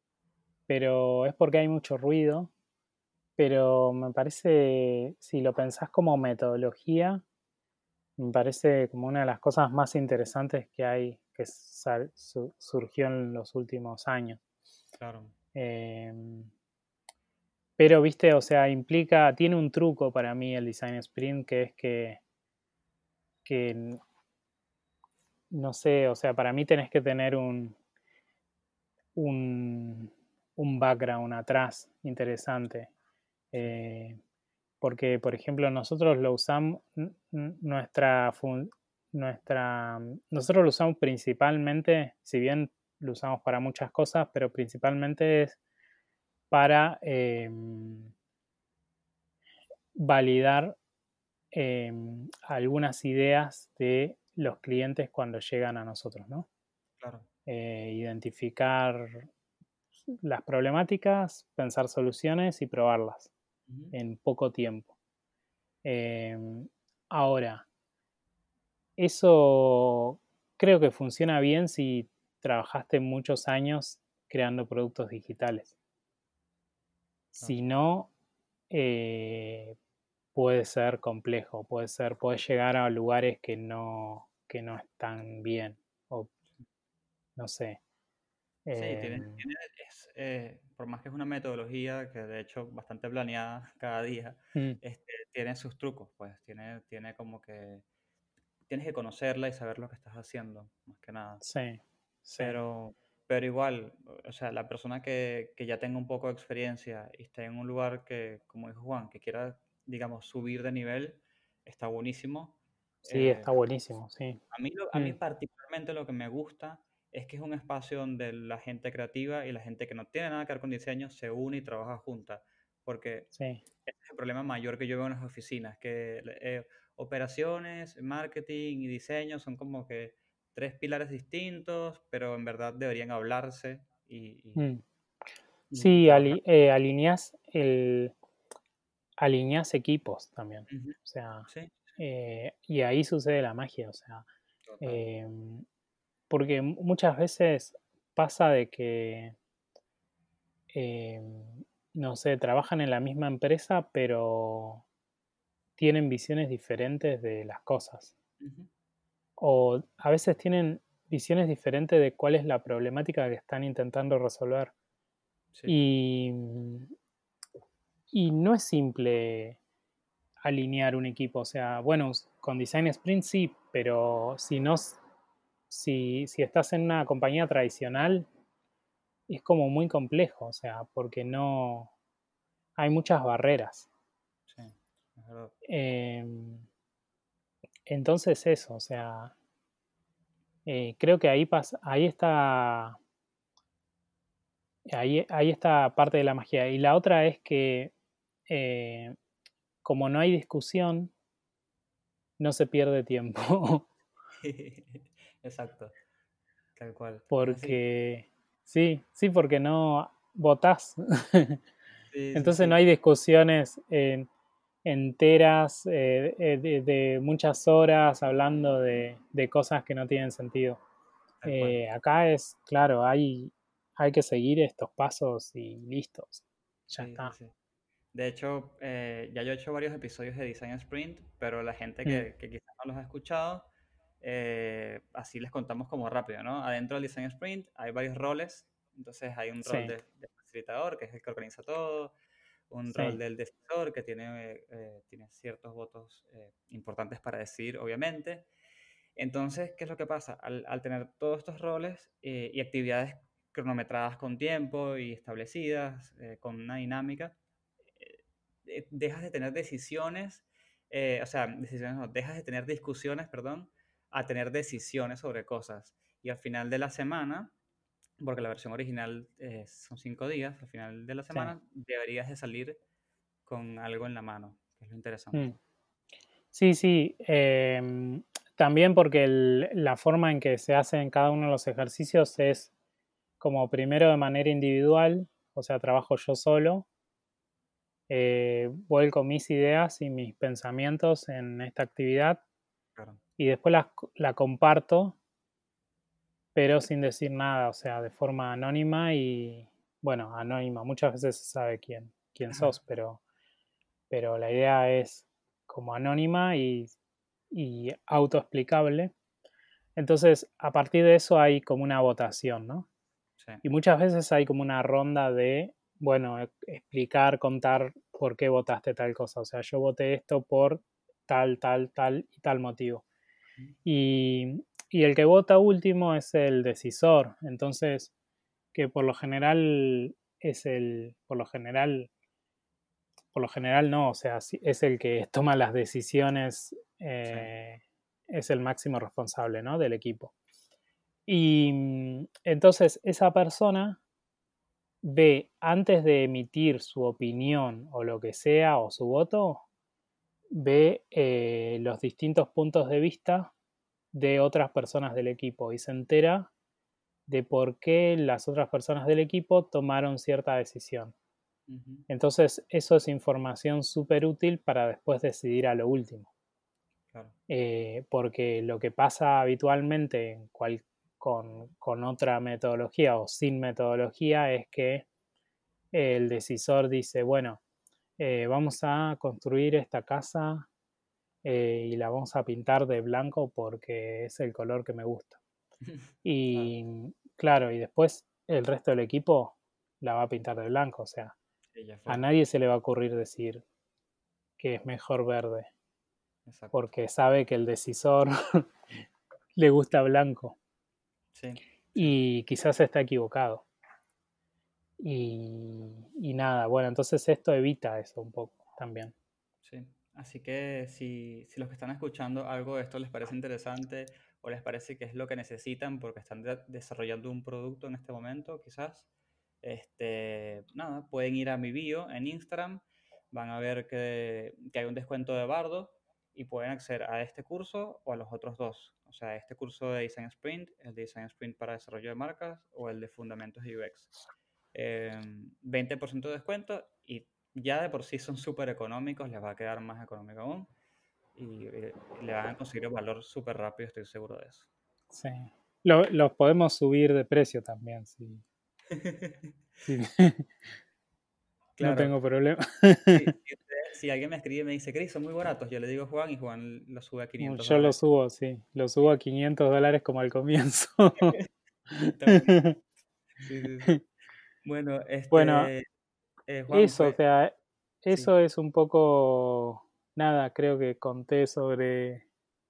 pero es porque hay mucho ruido, pero me parece, si lo pensás como metodología, me parece como una de las cosas más interesantes que hay, que sal- su- surgió en los últimos años. Claro. Em, pero, viste, o sea, implica, tiene un truco para mí el design sprint, que es que, que, no sé, o sea, para mí tenés que tener un, un, un background atrás interesante. Sí. Eh, porque, por ejemplo, nosotros lo usamos, nuestra, nuestra, nosotros lo usamos principalmente, si bien lo usamos para muchas cosas, pero principalmente es para eh, validar eh, algunas ideas de los clientes cuando llegan a nosotros, ¿no? Claro. Eh, identificar las problemáticas, pensar soluciones y probarlas Ujú. en poco tiempo. Eh, ahora, eso creo que funciona bien si trabajaste muchos años creando productos digitales. Claro. Si no, eh, puede ser complejo, puede ser, puede llegar a lugares que no, que no están bien, o no sé. Sí, tiene, em, tiene es, eh, por más que es una metodología que de hecho bastante planeada cada día, mm, este, tiene sus trucos, pues tiene, tiene como que tienes que conocerla y saber lo que estás haciendo, más que nada. sí, sí, Pero, pero igual, o sea, la persona que, que ya tenga un poco de experiencia y esté en un lugar que, como dijo Juan, que quiera, digamos, subir de nivel, está buenísimo. sí, Eh, está buenísimo, sí. a mí, lo- a Mm, mí particularmente lo que me gusta es que es un espacio donde la gente creativa y la gente que no tiene nada que ver con diseño se une y trabaja junta. Porque sí, ese es el problema mayor que yo veo en las oficinas, que, eh, operaciones, marketing y diseño son como que tres pilares distintos, pero en verdad deberían hablarse y, y- Mm. y Sí, trabajar. ali- eh, alineás, el, alineás equipos también. Ujú. O sea, Sí, eh, y ahí sucede la magia. O sea, total. em, porque mu- muchas veces pasa de que, em, no sé, trabajan en la misma empresa, pero tienen visiones diferentes de las cosas. Ujú. O a veces tienen visiones diferentes de cuál es la problemática que están intentando resolver. Sí. Y, y no es simple alinear un equipo. O sea, bueno, con Design Sprint sí, pero si no, si, si estás en una compañía tradicional, es como muy complejo, o sea, porque no hay muchas barreras. Sí, es verdad. Eh, entonces eso, o sea, eh, creo que ahí pasa, ahí está, ahí, ahí está parte de la magia. Y la otra es que eh, como no hay discusión, no se pierde tiempo. Exacto, tal cual. Es así. Porque sí, sí, porque no votás. Sí, sí, Entonces no sí, hay discusiones eh, enteras eh, eh, de, de muchas horas hablando de, de cosas que no tienen sentido. tal cual. Eh, acá es, claro, hay, hay que seguir estos pasos y listos. Ya Sí, sí, está. sí. De hecho, eh, ya yo he hecho varios episodios de Design Sprint, pero la gente Mm, que, que quizás no los ha escuchado, eh, así les contamos como rápido, ¿no? Adentro del Design Sprint hay varios roles. Entonces hay un rol sí, de, de facilitador, que es el que organiza todo, un rol sí, del decisor, que tiene, eh, tiene ciertos votos eh, importantes para decir, obviamente. Entonces, ¿qué es lo que pasa? Al, al tener todos estos roles eh, y actividades cronometradas con tiempo y establecidas, eh, con una dinámica, eh, eh, dejas de tener decisiones, eh, o sea, decisiones no, dejas de tener discusiones, perdón, a tener decisiones sobre cosas. Y al final de la semana, porque la versión original eh, son cinco días, al final de la sí. semana deberías de salir con algo en la mano, que es lo interesante. Mm. Sí, sí. em, también porque el- la forma en que se hacen cada uno de los ejercicios es como primero de manera individual, o sea, trabajo yo solo, eh, vuelco mis ideas y mis pensamientos en esta actividad Claro. y después la, la comparto, pero sin decir nada, o sea, de forma anónima y, bueno, anónima. Muchas veces se sabe quién, quién sos, pero, pero la idea es como anónima y, y autoexplicable. Entonces, a partir de eso hay como una votación, ¿no? Sí. Y muchas veces hay como una ronda de, bueno, e- explicar, contar por qué votaste tal cosa. O sea, yo voté esto por tal, tal, tal y tal motivo. Y, y el que vota último es el decisor. Entonces, que por lo general es el, por lo general, por lo general no, o sea, si- es el que toma las decisiones, Sí. eh, es el máximo responsable, ¿no? Del equipo. Y mm, entonces esa persona ve, antes de emitir su opinión o lo que sea, o su voto, ve eh, los distintos puntos de vista de otras personas del equipo y se entera de por qué las otras personas del equipo tomaron cierta decisión. Ujú. Entonces, eso es información súper útil para después decidir a lo último. Claro. Eh, porque lo que pasa habitualmente en cual, con, con otra metodología o sin metodología es que el decisor dice, bueno, eh, vamos a construir esta casa eh, y la vamos a pintar de blanco porque es el color que me gusta. Claro. Y claro, y después el resto del equipo la va a pintar de blanco, o sea, Sí, ya a fue. nadie se le va a ocurrir decir que es mejor verde, Exacto. porque sabe que el decisor le gusta blanco Sí, sí, y quizás está equivocado. Y, y nada, bueno, entonces esto evita eso un poco también. sí. Así que si, si los que están escuchando algo de esto les parece interesante o les parece que es lo que necesitan porque están de- desarrollando un producto en este momento, quizás, este, nada, pueden ir a mi bio en Instagram, van a ver que, que hay un descuento de Bardo y pueden acceder a este curso o a los otros dos. O sea, este curso de Design Sprint, el de Design Sprint para desarrollo de marcas o el de Fundamentos de U X. Eh, veinte por ciento de descuento y ya de por sí son súper económicos, les va a quedar más económico aún y, eh, le van a conseguir el valor súper rápido, estoy seguro de eso. Sí. Lo- los podemos subir de precio también, sí. Sí. No Claro, tengo problema. si, si usted- si alguien me escribe y me dice, Cris, son muy baratos, yo le digo Juan y Juan lo sube a quinientos Yo lo dólares. subo, sí. Lo subo a quinientos dólares como al comienzo. Está buenísimo. Sí, sí, sí. Bueno, Bueno, este, eh, Juan, eso, o fue, sea, sí, eso es un poco, nada, creo que conté sobre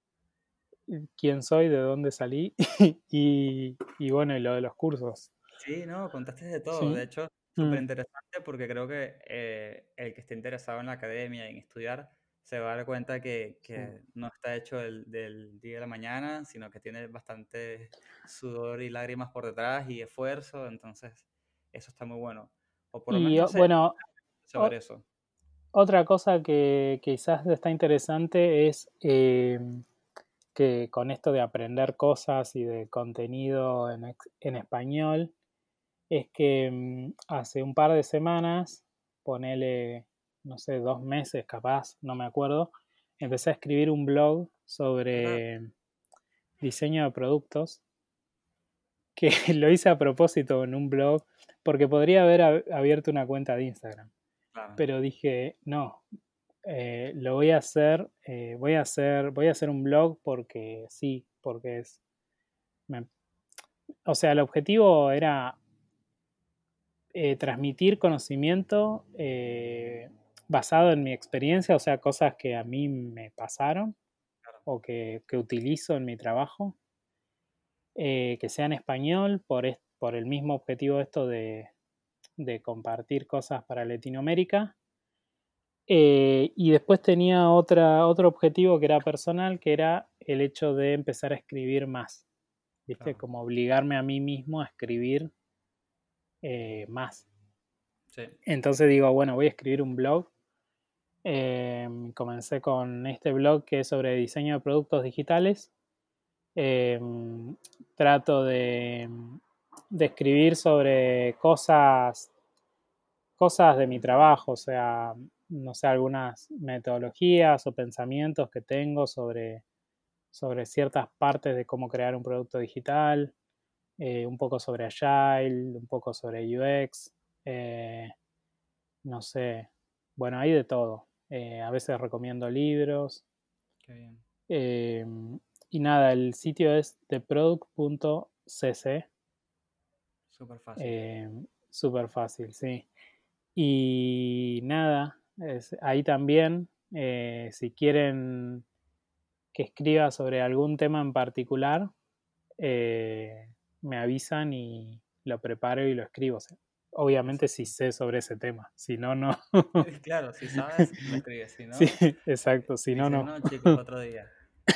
quién soy, de dónde salí y, y bueno, y lo de los cursos. sí, no, contaste de todo. De Sí. hecho, súper Mm, interesante porque creo que eh, el que esté interesado en la academia, en estudiar, se va a dar cuenta que, sí. que no está hecho del, del día a la mañana, sino que tiene bastante sudor y lágrimas por detrás y esfuerzo. Entonces, eso está muy bueno. O por lo menos, Y no o- sé, bueno, saber o- eso. otra cosa que quizás está interesante es eh, que con esto de aprender cosas y de contenido en, ex- en español, es que mm, hace un par de semanas, ponele, no sé, dos meses capaz, no me acuerdo, empecé a escribir un blog ¿Verdad? sobre diseño de productos, que lo hice a propósito en un blog, porque podría haber ab- abierto una cuenta de Instagram, Claro, pero dije, no, eh, lo voy a hacer, eh, voy a hacer, voy a hacer un blog porque sí, porque es, me- o sea, el objetivo era eh, transmitir conocimiento eh, basado en mi experiencia, o sea, cosas que a mí me pasaron claro, o que, que utilizo en mi trabajo, eh, que sea en español por, es- por el mismo objetivo esto de, de compartir cosas para Latinoamérica. Eh, y después tenía otra, otro objetivo que era personal, que era el hecho de empezar a escribir más, ¿viste? claro. Como obligarme a mí mismo a escribir eh, más. Sí, Entonces digo, bueno, voy a escribir un blog. Eh, comencé con este blog que es sobre diseño de productos digitales. Eh, trato de, de escribir sobre cosas, cosas de mi trabajo, o sea, no sé, algunas metodologías o pensamientos que tengo sobre, sobre ciertas partes de cómo crear un producto digital, eh, un poco sobre Agile, un poco sobre U X, eh, no sé, bueno, hay de todo. Eh, a veces recomiendo libros. qué bien. eh, y nada, el sitio es theproduct punto c c. Súper fácil. Eh, Súper fácil, sí. Y nada, es, ahí también, eh, si quieren que escriba sobre algún tema en particular, eh, me avisan y lo preparo y lo escribo. O sea, obviamente si Exacto. sé sobre ese tema, si no, no. Claro, si sabes, lo escribes. Si Sí, no, exacto, si no, dices, no. no, chicos, otro día.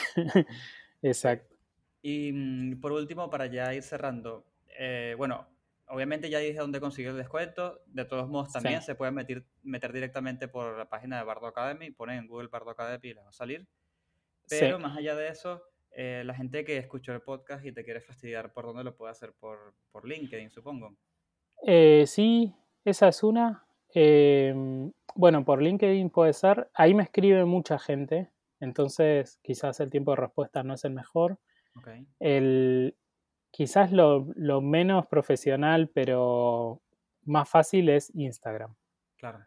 Sí. Exacto. Y mm, por último, para ya ir cerrando, eh, bueno, obviamente ya dije dónde conseguir el descuento. De todos modos, Sí, también se puede meter, meter directamente por la página de Bardo Academy. Ponen en Google Bardo Academy y les va a salir. sí. Pero más allá de eso, eh, la gente que escuchó el podcast y te quiere fastidiar, ¿por dónde lo puede hacer? Por, por LinkedIn, supongo. Eh, sí, esa es una. Eh, bueno, por LinkedIn puede ser. Ahí me escribe mucha gente, entonces quizás el tiempo de respuesta no es el mejor. Ok, El, quizás lo, lo menos profesional, pero más fácil es Instagram, claro.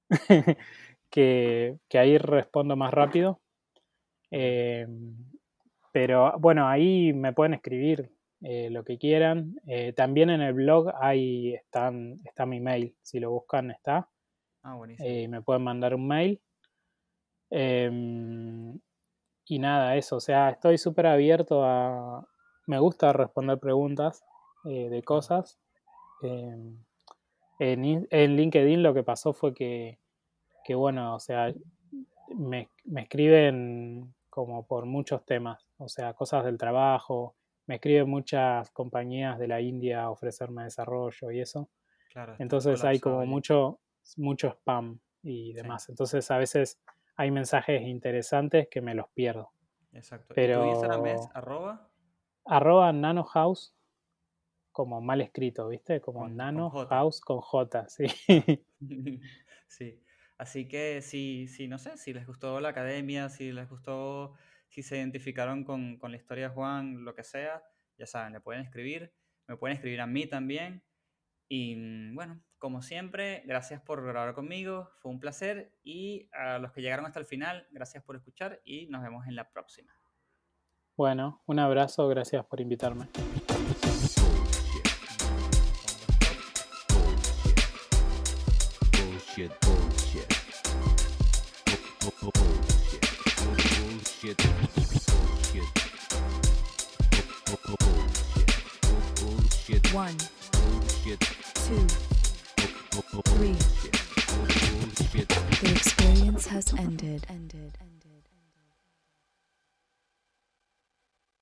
que, que ahí respondo más rápido. Bien. Eh, pero bueno, ahí me pueden escribir eh, lo que quieran. Eh, también en el blog ahí están, está mi mail. Si lo buscan está. Ah, buenísimo. Eh, me pueden mandar un mail. Eh, y nada, eso. O sea, estoy súper abierto a... Me gusta responder preguntas eh, de Claro. cosas. Eh, en, in- en LinkedIn lo que pasó fue que, que bueno, o sea, me, me escriben como por muchos temas, o sea, cosas del trabajo, me escriben muchas compañías de la India a ofrecerme desarrollo y eso. Claro, está Entonces hay colapsado como allí. mucho, mucho spam y Sí, demás. Entonces a veces hay mensajes interesantes que me los pierdo. Exacto. Pero... ¿Y tu Instagram es arroba? Arroba nanohouse, como mal escrito, ¿viste? Como Con, nano con J. house con J, sí. Sí. Así que si, si, no sé, si les gustó la academia, si les gustó, si se identificaron con, con la historia de Juan, lo que sea, ya saben, le pueden escribir, me pueden escribir a mí también. Y bueno, como siempre, gracias por grabar conmigo, fue un placer. Y a los que llegaron hasta el final, gracias por escuchar y nos vemos en la próxima. Bueno, un abrazo, gracias por invitarme. Bullshit, bullshit. Bullshit, bullshit, bullshit. Bullshit, One, bullshit, two, three. bullshit. The experience has ended. Ended.